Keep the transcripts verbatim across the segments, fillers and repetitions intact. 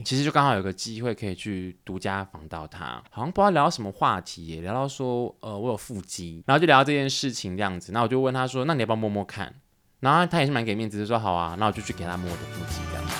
其实就刚好有个机会可以去独家访到他，好像不知道聊到什么话题耶，聊到说呃我有腹肌，然后就聊到这件事情这样子，那我就问他说那你要不要摸摸看，然后他也是蛮给面子就说好啊，那我就去给他摸我的腹肌这样子。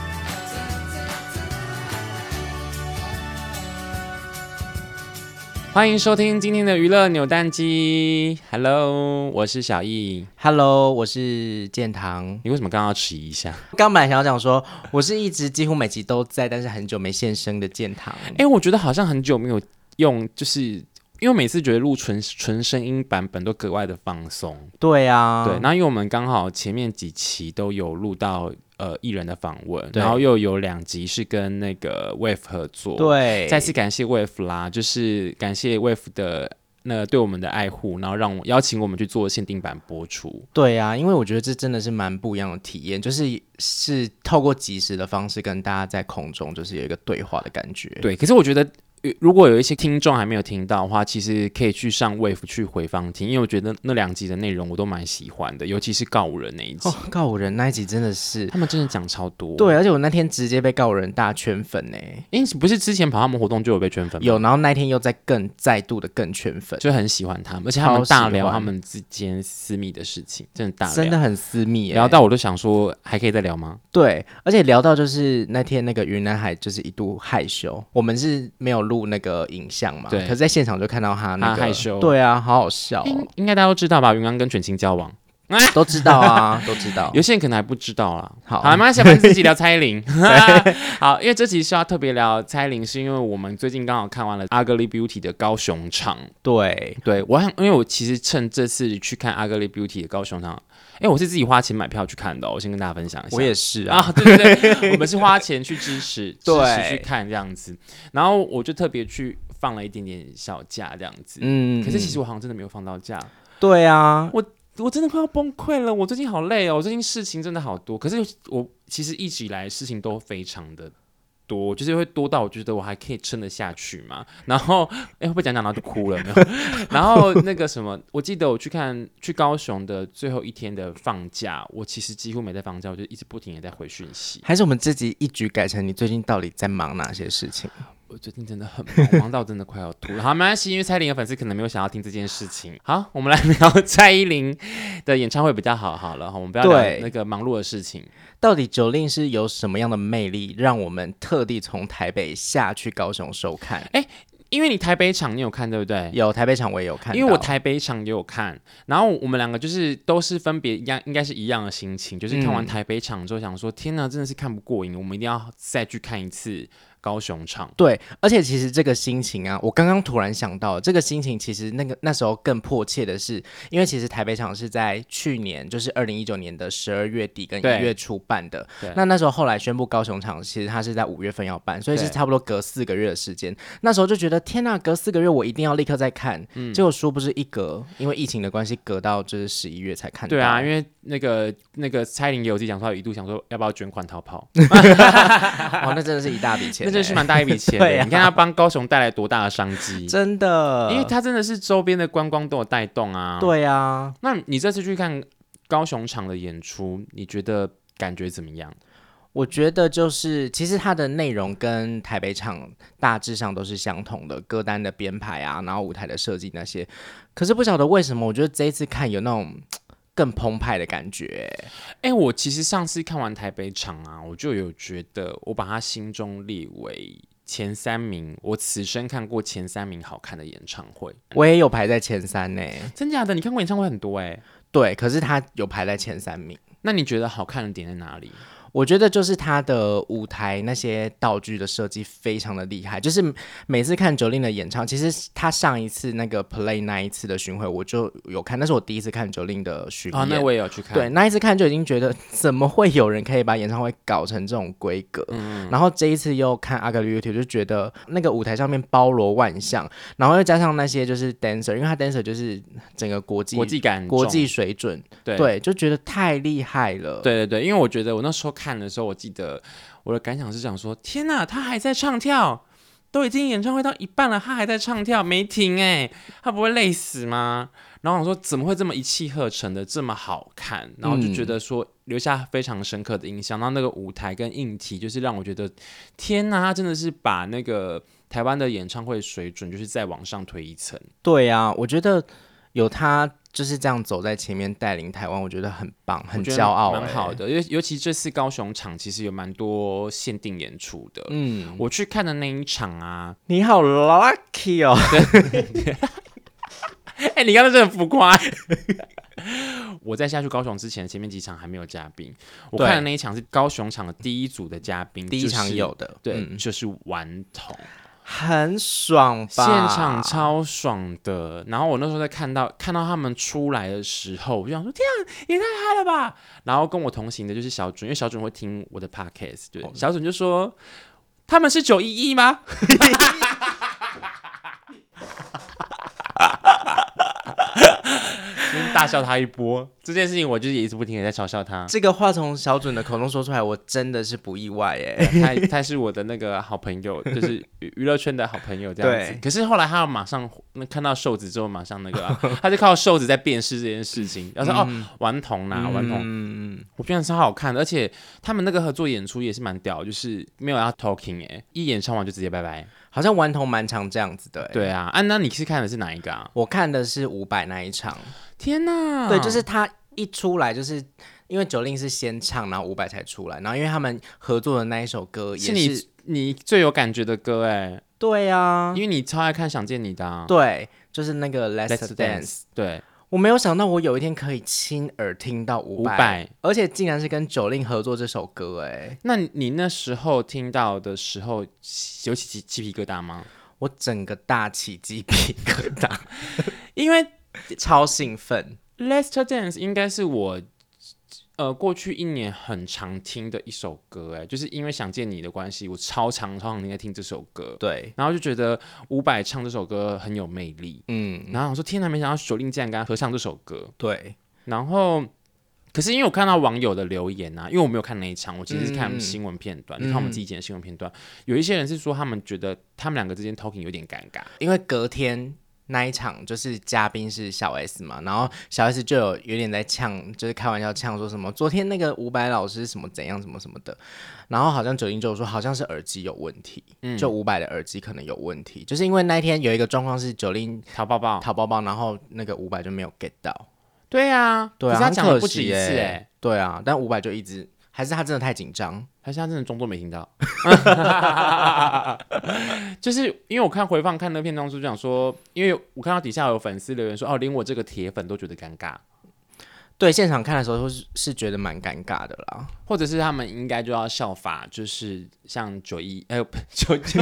欢迎收听今天的娱乐扭蛋机 ，Hello， 我是小易 ，Hello， 我是建堂。 你为什么刚刚要迟疑一下？ 刚本来想要讲说，我是一直几乎每集都在，但是很久没现身的建堂。 哎、欸，我觉得好像很久没有用，就是因为每次觉得录纯纯声音版本都格外的放松。 对啊， 对，然后因为我们刚好前面几期都有录到。呃，艺人的访问，然后又有两集是跟那个 W A V E 合作， 对， 再次感谢 W A V E 啦，就是感谢 W A V E 的那个对我们的爱护，然后让我邀请我们去做限定版播出。 对啊，因为我觉得这真的是蛮不一样的体验，就是是透过即时的方式跟大家在空中就是有一个对话的感觉。 对，可是我觉得。如果有一些听众还没有听到的话，其实可以去上 W A V E 去回放听，因为我觉得那两集的内容我都蛮喜欢的，尤其是告五人那一集。 哦，告五人那一集真的是， 他们真的讲超多。 对，而且我那天直接被告五人大圈粉呢。 因为不是之前跑他们活动就有被圈粉吗？ 有，然后那天又再更再度的更圈粉， 就很喜欢他们，而且他们大聊他们之间私密的事情，真的大聊， 真的很私密。 聊到我都想说，还可以再聊吗？ 对，而且聊到就是那天那个云南海就是一度害羞，我们是没有录那个影像嘛，对，可是在现场就看到他那个他害羞， 对啊，好好笑、哦应。应该大家都知道吧？云安跟犬青交往， 都知道啊，都知道。 有些人可能还不知道啦。 好， 好，马上下班自己聊蔡依林。好，因为这集是要特别聊蔡依林，是因为我们最近刚好看完了《Ugly Beauty》的高雄场。 对， 对我想，因为我其实趁这次去看《Ugly Beauty》的高雄场。哎、欸，我是自己花钱买票去看的、哦，我先跟大家分享一下。 我也是啊， 啊对对对，我们是花钱去支持，支持去看这样子。然后我就特别去放了一点点小价这样子。嗯，可是其实我好像真的没有放到价。 对啊， 我我真的快要崩溃了，我最近好累哦，我最近事情真的好多。可是我其实一直以来事情都非常的。多就是会多到我觉得我还可以撑得下去嘛，然后哎会不会讲讲然后就哭了没有？然后那个什么，我记得我去看去高雄的最后一天的放假，我其实几乎没在放假，我就一直不停的在回讯息。 还是我们这集一举改成你最近到底在忙哪些事情？ 我最近真的很忙，忙到真的快要吐了。好，没关系，因为蔡依林的粉丝可能没有想要听这件事情。好，我们来聊蔡依林的演唱会比较好。好了，我们不要聊那个忙碌的事情。 到底Jolin是有什么样的魅力，让我们特地从台北下去高雄收看？ 哎、欸，因为你台北场你有看对不对？ 有，台北场我也有看到， 因为我台北场也有看，然后我们两个就是都是分别一样，应该是一样的心情，就是看完台北场之后想说，嗯、天哪，真的是看不过瘾，我们一定要再去看一次。高雄场对，而且其实这个心情啊，我刚刚突然想到，这个心情其实那个那时候更迫切的是，因为其实台北场是在去年，就是二零一九年的十二月底跟一月初办的。那那时候后来宣布高雄场，其实它是在五月份要办，所以是差不多隔四个月的时间。那时候就觉得天哪，隔四个月我一定要立刻再看。嗯、结果殊不知一隔，因为疫情的关系，隔到就是十一月才看到。 对啊，因为那个那个蔡依林也有自己讲说，一度想说要不要捐款逃跑。 哦，那真的是一大笔钱、欸。 那真是蛮大一笔钱的、啊，你看他帮高雄带来多大的商机， 真的， 因为他真的是周边的观光都有带动啊。 对啊， 那你这次去看高雄场的演出，你觉得感觉怎么样？ 我觉得就是，其实它的内容跟台北场大致上都是相同的，歌单的编排啊，然后舞台的设计那些。可是不晓得为什么，我觉得这一次看有那种更澎湃的感觉。 哎、欸，我其实上次看完台北场啊，我就有觉得，我把它心中列为前三名，我此生看过前三名好看的演唱会。 我也有排在前三呢。 真假的？你看过演唱会很多哎、欸。 对，可是它有排在前三名。 那你觉得好看的点在哪里？ 我觉得就是他的舞台那些道具的设计非常的厉害，就是每次看Jolin的演唱，其实他上一次那个 Play 那一次的巡回我就有看，那是我第一次看Jolin的巡演。 哦，那我也有去看。 对，那一次看就已经觉得怎么会有人可以把演唱会搞成这种规格？嗯，然后这一次又看 Ugly Beauty 就觉得那个舞台上面包罗万象，然后又加上那些就是 dancer， 因为他 dancer 就是整个国际国际感、 国际水准，对对，就觉得太厉害了。 对对对，因为我觉得我那时候看的时候，我记得我的感想是想说，天哪，他还在唱跳。 都已经演唱会到一半了，他还在唱跳没停哎、欸，他不会累死吗？然后我说怎么会这么一气呵成的这么好看，然后就觉得说留下非常深刻的印象。然后那个舞台跟硬体就是让我觉得天哪，他真的是把那个台湾的演唱会水准就是再往上推一层。 对啊，我觉得有他就是这样走在前面带领台湾，我觉得很棒，很骄傲、欸， 蛮好的。尤尤其这次高雄场其实有蛮多限定演出的。嗯，我去看的那一场啊， 你好 lucky 哦。 哎、欸，你刚才真的很浮夸。我在下去高雄之前，前面几场还没有嘉宾。我看的那一场是高雄场的第一组的嘉宾， 第一场有的， 就是、对、嗯，就是顽童， 很爽吧？ 现场超爽的。然后我那时候在看到看到他们出来的时候，我就想说：天啊，也太嗨了吧！然后跟我同行的就是小准，因为小准会听我的 podcast， 对，哦、小准就说：他们是九一一吗？大笑他一波，这件事情我就是也一直不停的在嘲笑他。 这个话从小准的口中说出来，我真的是不意外耶。 他他是我的那个好朋友，就是娱乐圈的好朋友这样子。可是后来他马上看到瘦子之后，马上那个、啊，他就靠瘦子在辨识这件事情。然后说、嗯、哦，顽童呐，顽童，嗯，我觉得超好看的，而且他们那个合作演出也是蛮屌，就是没有要 talking 哎，一演唱完就直接拜拜。 好像顽童蛮常这样子的。 对啊，啊，那你是看的是哪一个啊？ 我看的是伍佰那一场。 天哪！ 对，就是他一出来，就是因为九令是先唱，然后伍佰才出来，然后因为他们合作的那一首歌也是, 是你你最有感觉的歌哎。 对啊， 因为你超爱看《想见你》的、啊。 对，就是那个 Let's, Let's Dance, Dance。对， 我没有想到我有一天可以亲耳听到伍佰，而且竟然是跟九令合作这首歌哎。 那你那时候听到的时候，有起鸡皮疙瘩吗？ 我整个大起鸡皮疙瘩， 因为超兴奋。 Let's Dance 应该是我呃过去一年很常听的一首歌，哎，就是因为想见你的关系，我超常超常听在听这首歌。 对， 然后就觉得伍佰唱这首歌很有魅力，嗯，然后我说天哪，没想到九令竟然跟他合唱这首歌。 对， 然后可是因为我看到网友的留言啊，因为我没有看那一场，我其实是看新闻片段，嗯、看我们自己剪的新闻片段，有一些人是说他们觉得他们两个之间 talking 有点尴尬， 因为隔天那一场就是嘉宾是小 S 嘛，然后小 S 就有有点在呛，就是开玩笑呛说什么昨天那个伍佰老师什么怎样什么什么的，然后好像九令就说好像是耳机有问题，嗯、就伍佰的耳机可能有问题，就是因为那一天有一个状况是九令淘包包淘包包，然后那个伍佰就没有 get 到。 对啊， 对啊， 可是他讲了不止一次哎、 欸，对啊，但伍佰就一直，还是他真的太紧张， 还是他真的装作没听到？就是因为我看回放看那片当中就讲说，因为我看到底下有粉丝留言说，哦，连我这个铁粉都觉得尴尬。 对，现场看的时候是是觉得蛮尴尬的啦， 或者是他们应该就要效法，就是像九一，哎呦，九九，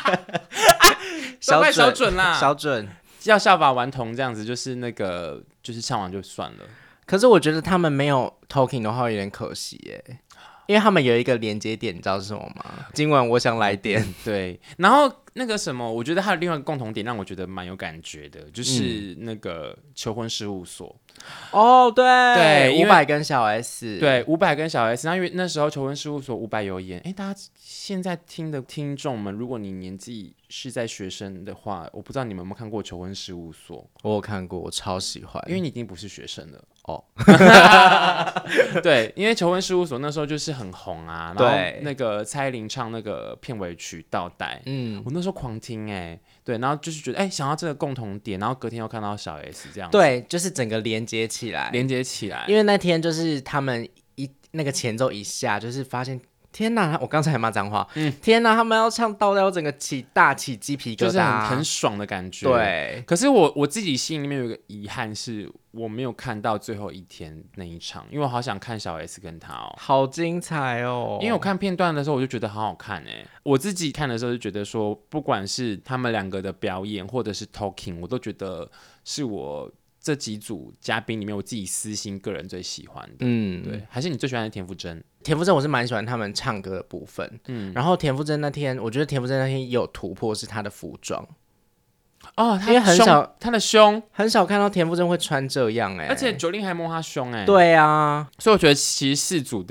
小准小准啦， 小准。 要效法顽童这样子，就是那个，就是唱完就算了。 可是我觉得他们没有 talking 的话有点可惜耶，因为他们有一个连接点，你知道是什么吗？今晚我想来点。 对，然后那个什么，我觉得还有另外一个共同点让我觉得蛮有感觉的，就是那个求婚事务所。 哦，对对， 伍佰跟小 S， 对，伍佰跟小 S， 那因为那时候求婚事务所伍佰有演，哎，大家现在听的听众们，如果你年纪是在学生的话，我不知道你们有没有看过求婚事务所？ 我有看过，我超喜欢， 因为你已经不是学生了哦。对，因为求婚事务所那时候就是很红啊，然后那个蔡依林唱那个片尾曲《倒带》，嗯，我那时候狂听哎、欸，对，然后就是觉得哎、欸，想到这个共同点，然后隔天又看到小 S 这样子， 对，就是整个连接起来， 连接起来， 因为那天就是他们一那个前奏一下，就是发现。天哪！我刚才还骂脏话。嗯，天哪！他们要唱倒带，我整个起大起鸡皮疙瘩， 就是很很爽的感觉。 对， 可是我我自己心里面有一个遗憾，是我没有看到最后一天那一场，因为我好想看小 S 跟他哦， 好精彩哦！ 因为我看片段的时候，我就觉得好好看哎。我自己看的时候就觉得说，不管是他们两个的表演，或者是 talking， 我都觉得是我这几组嘉宾里面我自己私心个人最喜欢的。嗯，对，还是你最喜欢的田馥甄？ 田馥甄我是蛮喜欢他们唱歌的部分，嗯，然后田馥甄那天，我觉得田馥甄那天也有突破，是她的服装哦， 因为很少她的胸很少看到田馥甄会穿这样哎、欸， 而且九令还摸她胸哎、欸， 对啊， 所以我觉得其实四组的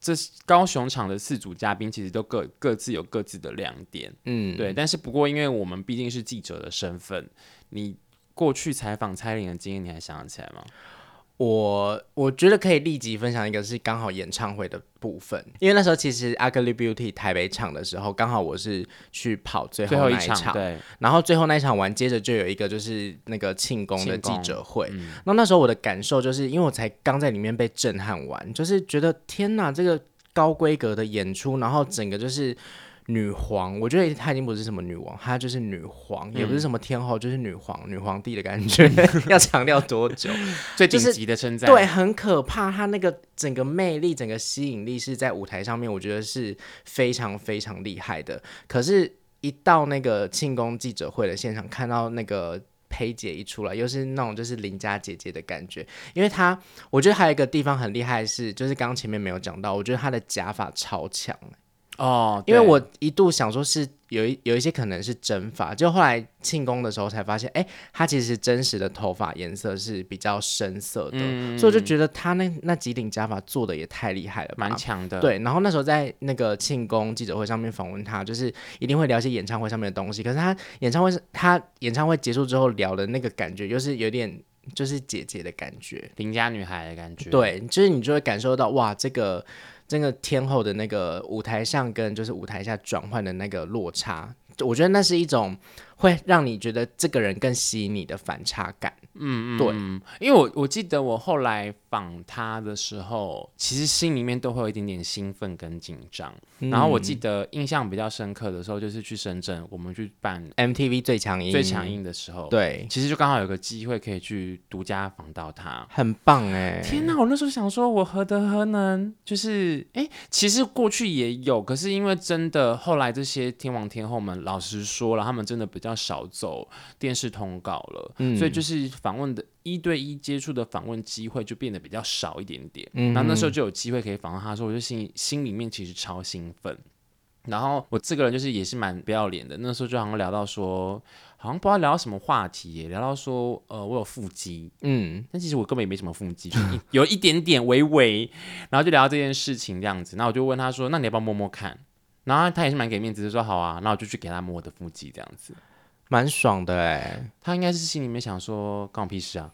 这高雄场的四组嘉宾其实都各各自有各自的亮点，嗯，对。但是不过，因为我们毕竟是记者的身份，你过去采访蔡依林的经验，你还想得起来吗？ 我我觉得可以立即分享一个是刚好演唱会的部分，因为那时候其实 Ugly Beauty 台北场的时候，刚好我是去跑最后那一场， 一场对， 然后最后那一场完，接着就有一个就是那个庆功的记者会，嗯、那那时候我的感受就是，因为我才刚在里面被震撼完，就是觉得天哪，这个高规格的演出，然后整个就是女皇，我觉得她已经不是什么女王，她就是女皇，嗯、也不是什么天后，就是女皇、女皇帝的感觉。要强调多久？ 最顶级的称赞， 就是，对，很可怕。她那个整个魅力、整个吸引力是在舞台上面，我觉得是非常非常厉害的。可是，一到那个庆功记者会的现场，看到那个佩姐一出来，又是那种就是邻家姐姐的感觉。因为她，我觉得还有一个地方很厉害是，就是刚刚前面没有讲到，我觉得她的假发超强。 哦， 因为我一度想说是有一有一些可能是真发，就后来庆功的时候才发现，哎，他其实真实的头发颜色是比较深色的，嗯、所以我就觉得他那那几顶假发做的也太厉害了吧， 蛮强的。 对，然后那时候在那个庆功记者会上面访问他，就是一定会聊一些演唱会上面的东西，可是他演唱会他演唱会结束之后聊的那个感觉，就是有点就是姐姐的感觉， 邻家女孩的感觉， 对，就是你就会感受到哇，这个。这个天后的那个舞台上跟就是舞台下转换的那个落差，我觉得那是一种会让你觉得这个人更吸引你的反差感。嗯嗯，对， 因为我我记得我后来访他的时候，其实心里面都会有一点点兴奋跟紧张。嗯、然后我记得印象比较深刻的时候，就是去深圳，我们去办 M T V 最强音最强音的时候， 对， 其实就刚好有个机会可以去独家访到他， 很棒哎！ 天哪，我那时候想说，我何德何能？就是哎，其实过去也有，可是因为真的后来这些天王天后们，老实说了，他们真的比较少走电视通告了，嗯、所以就是访问的一对一接触的访问机会就变得比较少一点点。嗯、然后那时候就有机会可以访到他，说我就心心里面其实超兴奋。然后我这个人就是也是蛮不要脸的，那时候就好像聊到说，好像不知道聊到什么话题耶，聊到说，呃，我有腹肌，嗯，但其实我根本也没什么腹肌，就是有一点点微微，然后就聊到这件事情这样子，然后我就问他说，那你要不要摸摸看？然后他也是蛮给面子，就说好啊，那我就去给他摸我的腹肌这样子。 蛮爽的哎， 他应该是心里面想说关我屁事啊，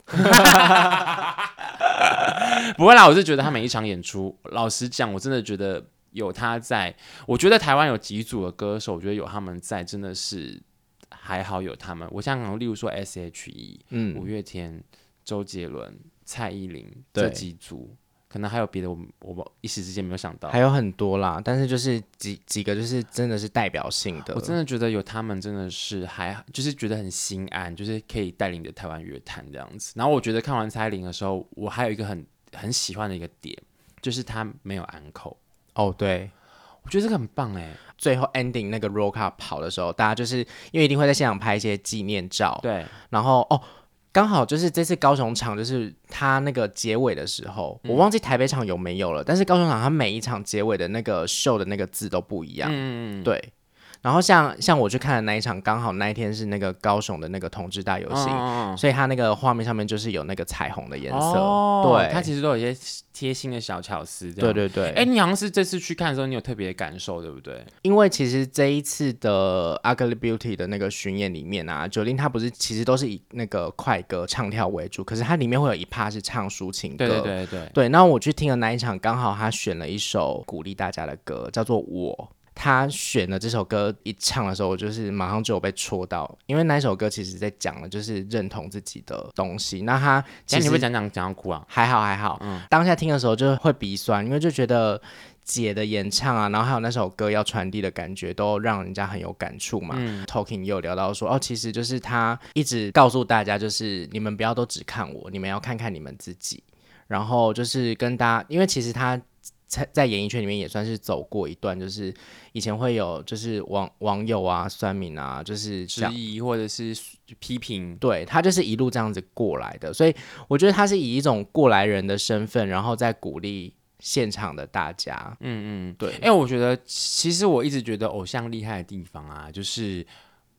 不会啦，我是觉得他每一场演出，老实讲，我真的觉得有他在，我觉得台湾有几组的歌手，我觉得有他们在，真的是还好有他们。我像例如说 S H E、嗯、五月天、周杰伦、蔡依林这几组。可能还有别的我，我我一时之间没有想到， 还有很多啦，但是就是几几个就是真的是代表性的， 我真的觉得有他们真的是还就是觉得很心安，就是可以带领着台湾乐坛这样子。然后我觉得看完蔡依林的时候，我还有一个很很喜欢的一个点，就是他没有安口。 哦，对， 我觉得这个很棒哎。 最后 ending 那个 roll up 跑的时候，大家就是因为一定会在现场拍一些纪念照， 对， 然后哦。刚好就是这次高雄场，就是他那个结尾的时候，嗯、我忘记台北场有没有了。但是高雄场他每一场结尾的那个 show 的那个字都不一样，嗯、对。然后像像我去看的那一场，刚好那一天是那个高雄的那个同志大游行，哦、所以他那个画面上面就是有那个彩虹的颜色，哦、对， 他其实都有一些贴心的小巧思， 对对对。 哎，你好像是这次去看的时候，你有特别的感受，对不对？ 因为其实这一次的 Ugly Beauty 的那个巡演里面啊，Jolin 他不是其实都是以那个快歌唱跳为主，可是它里面会有一 part 是唱抒情歌， 对对对对。 对，那我去听的那一场，刚好他选了一首鼓励大家的歌，叫做《我》。他选了这首歌一唱的时候，我就是马上就有被戳到，因为那一首歌其实在讲的就是认同自己的东西。那他其实你会讲讲讲到哭啊？ 还好还好，嗯，当下听的时候就会鼻酸，因为就觉得姐的演唱啊，然后还有那首歌要传递的感觉，都让人家很有感触嘛。嗯、Talking 也有聊到说，哦，其实就是他一直告诉大家，就是你们不要都只看我，你们要看看你们自己。然后就是跟大家，因为其实他。在演艺圈里面也算是走过一段，就是以前会有就是网网友啊、酸民啊，就是质疑或者是批评， 对，他就是一路这样子过来的，所以我觉得他是以一种过来人的身份，然后再鼓励现场的大家。嗯嗯，对。哎、欸，我觉得其实我一直觉得偶像厉害的地方啊，就是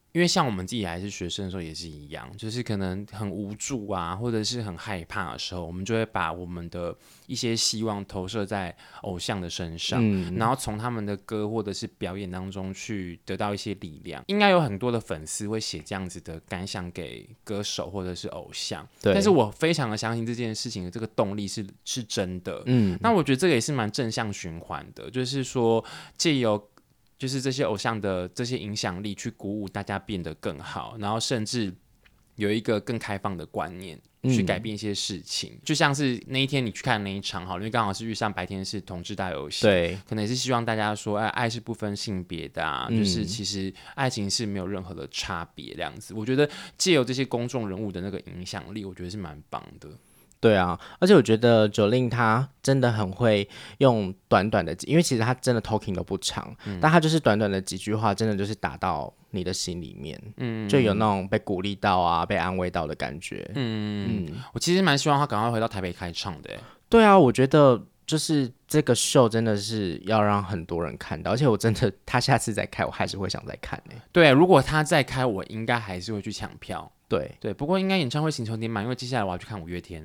因为像我们自己还是学生的时候也是一样，就是可能很无助啊，或者是很害怕的时候，我们就会把我们的一些希望投射在偶像的身上，嗯、然后从他们的歌或者是表演当中去得到一些力量。应该有很多的粉丝会写这样子的感想给歌手或者是偶像，但是我非常的相信这件事情的这个动力是是真的。嗯，那我觉得这个也是蛮正向循环的，就是说借由就是这些偶像的这些影响力去鼓舞大家变得更好，然后甚至有一个更开放的观念去改变一些事情、嗯、就像是那一天你去看那一场好了，因为刚好是遇上白天是同志大游行，对，可能也是希望大家说、哎、爱是不分性别的啊、嗯、就是其实爱情是没有任何的差别这样子。我觉得藉由这些公众人物的那个影响力，我觉得是蛮棒的。 对啊，而且我觉得Jolin他真的很会用短短的，因为其实他真的 talking 都不长、嗯、但他就是短短的几句话真的就是打到你的心里面，嗯，就有那种被鼓励到啊，被安慰到的感觉。 嗯嗯，我其实蛮希望他赶快回到台北开唱的。 对啊，我觉得就是这个秀真的是要让很多人看到，而且我真的他下次再开我还是会想再看耶。 对，如果他再开我应该还是会去抢票。 对对， 不过应该演唱会请求点满，因为接下来我要去看五月天。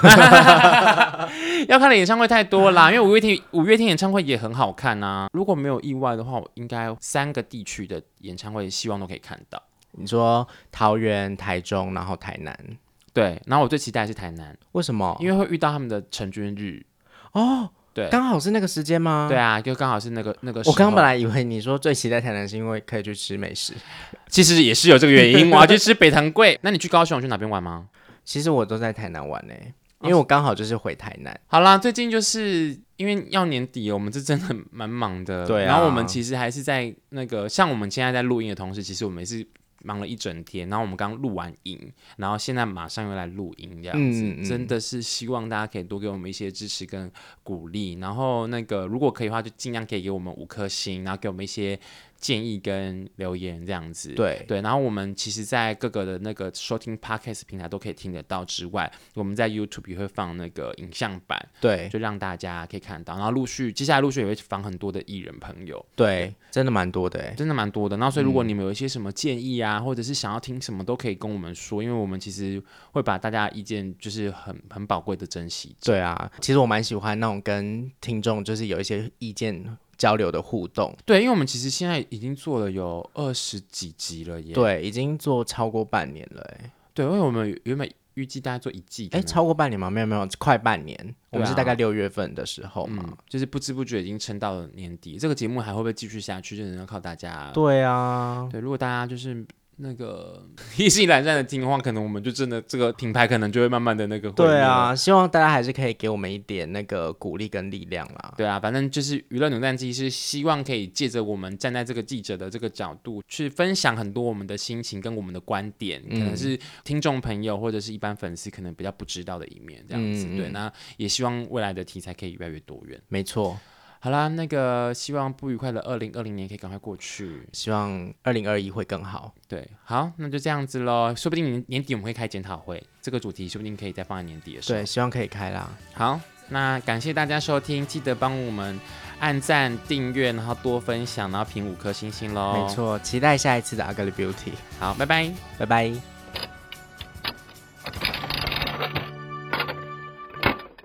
要看的演唱会太多啦，因为五月天五月天演唱会也很好看啊。如果没有意外的话，我应该三个地区的演唱会希望都可以看到。 你说桃园、台中，然后台南。 对，然后我最期待的是台南。 为什么？ 因为会遇到他们的成军日。 哦，对，刚好是那个时间吗？ 对啊，就刚好是那个那个时候。 我刚刚本来以为你说最期待台南是因为可以去吃美食， 其实也是有这个原因。我要去吃北糖粿。那你去高雄去哪边玩吗？ 其实我都在台南玩呢、欸，因为我刚好就是回台南。 好啦，最近就是因为要年底了，我们这真的蛮忙的。对啊。然后我们其实还是在那个，像我们现在在录音的同时，其实我们也是忙了一整天。然后我们刚录完音，然后现在马上又来录音，这样子、嗯嗯、真的是希望大家可以多给我们一些支持跟鼓励。然后那个如果可以的话，就尽量可以给我们五颗星，然后给我们一些建议跟留言这样子。对对，然后我们其实在各个的那个收听 podcast 平台都可以听得到之外，我们在 YouTube 也会放那个影像版，对，就让大家可以看到。然后陆续接下来陆续也会访很多的艺人朋友， 对, 对，真的蛮多的耶，真的蛮多的。然后所以如果你们有一些什么建议啊、嗯、或者是想要听什么都可以跟我们说，因为我们其实会把大家的意见就是很很宝贵的珍惜。对啊，其实我蛮喜欢那种跟听众就是有一些意见交流的互动。对，因为我们其实现在已经做了有二十几集了耶。对，已经做超过半年了耶。对，因为我们原本预计大概做一季，哎，超过半年吗？没有没有，快半年。啊、我们是大概六月份的时候嘛、嗯，就是不知不觉已经撑到了年底。这个节目还会不会继续下去，就是要靠大家。对啊，对，如果大家就是那个意兴阑珊的听的话，可能我们就真的这个品牌可能就会慢慢的那个。对啊，希望大家还是可以给我们一点那个鼓励跟力量啦。对啊，反正就是娱乐扭蛋机是希望可以借着我们站在这个记者的这个角度去分享很多我们的心情跟我们的观点、嗯、可能是听众朋友或者是一般粉丝可能比较不知道的一面这样子、嗯、对，那也希望未来的题材可以越来越多元。没错。好啦，那个希望不愉快的二零二零年可以赶快过去，希望二零二一会更好。对，好，那就这样子咯，说不定年底我们会开检讨会，这个主题说不定可以再放在年底的时候。对，希望可以开啦。好，那感谢大家收听，记得帮我们按赞订阅，然后多分享，然后评五颗星星咯。没错，期待下一次的 Ugly Beauty。好，拜拜，拜拜。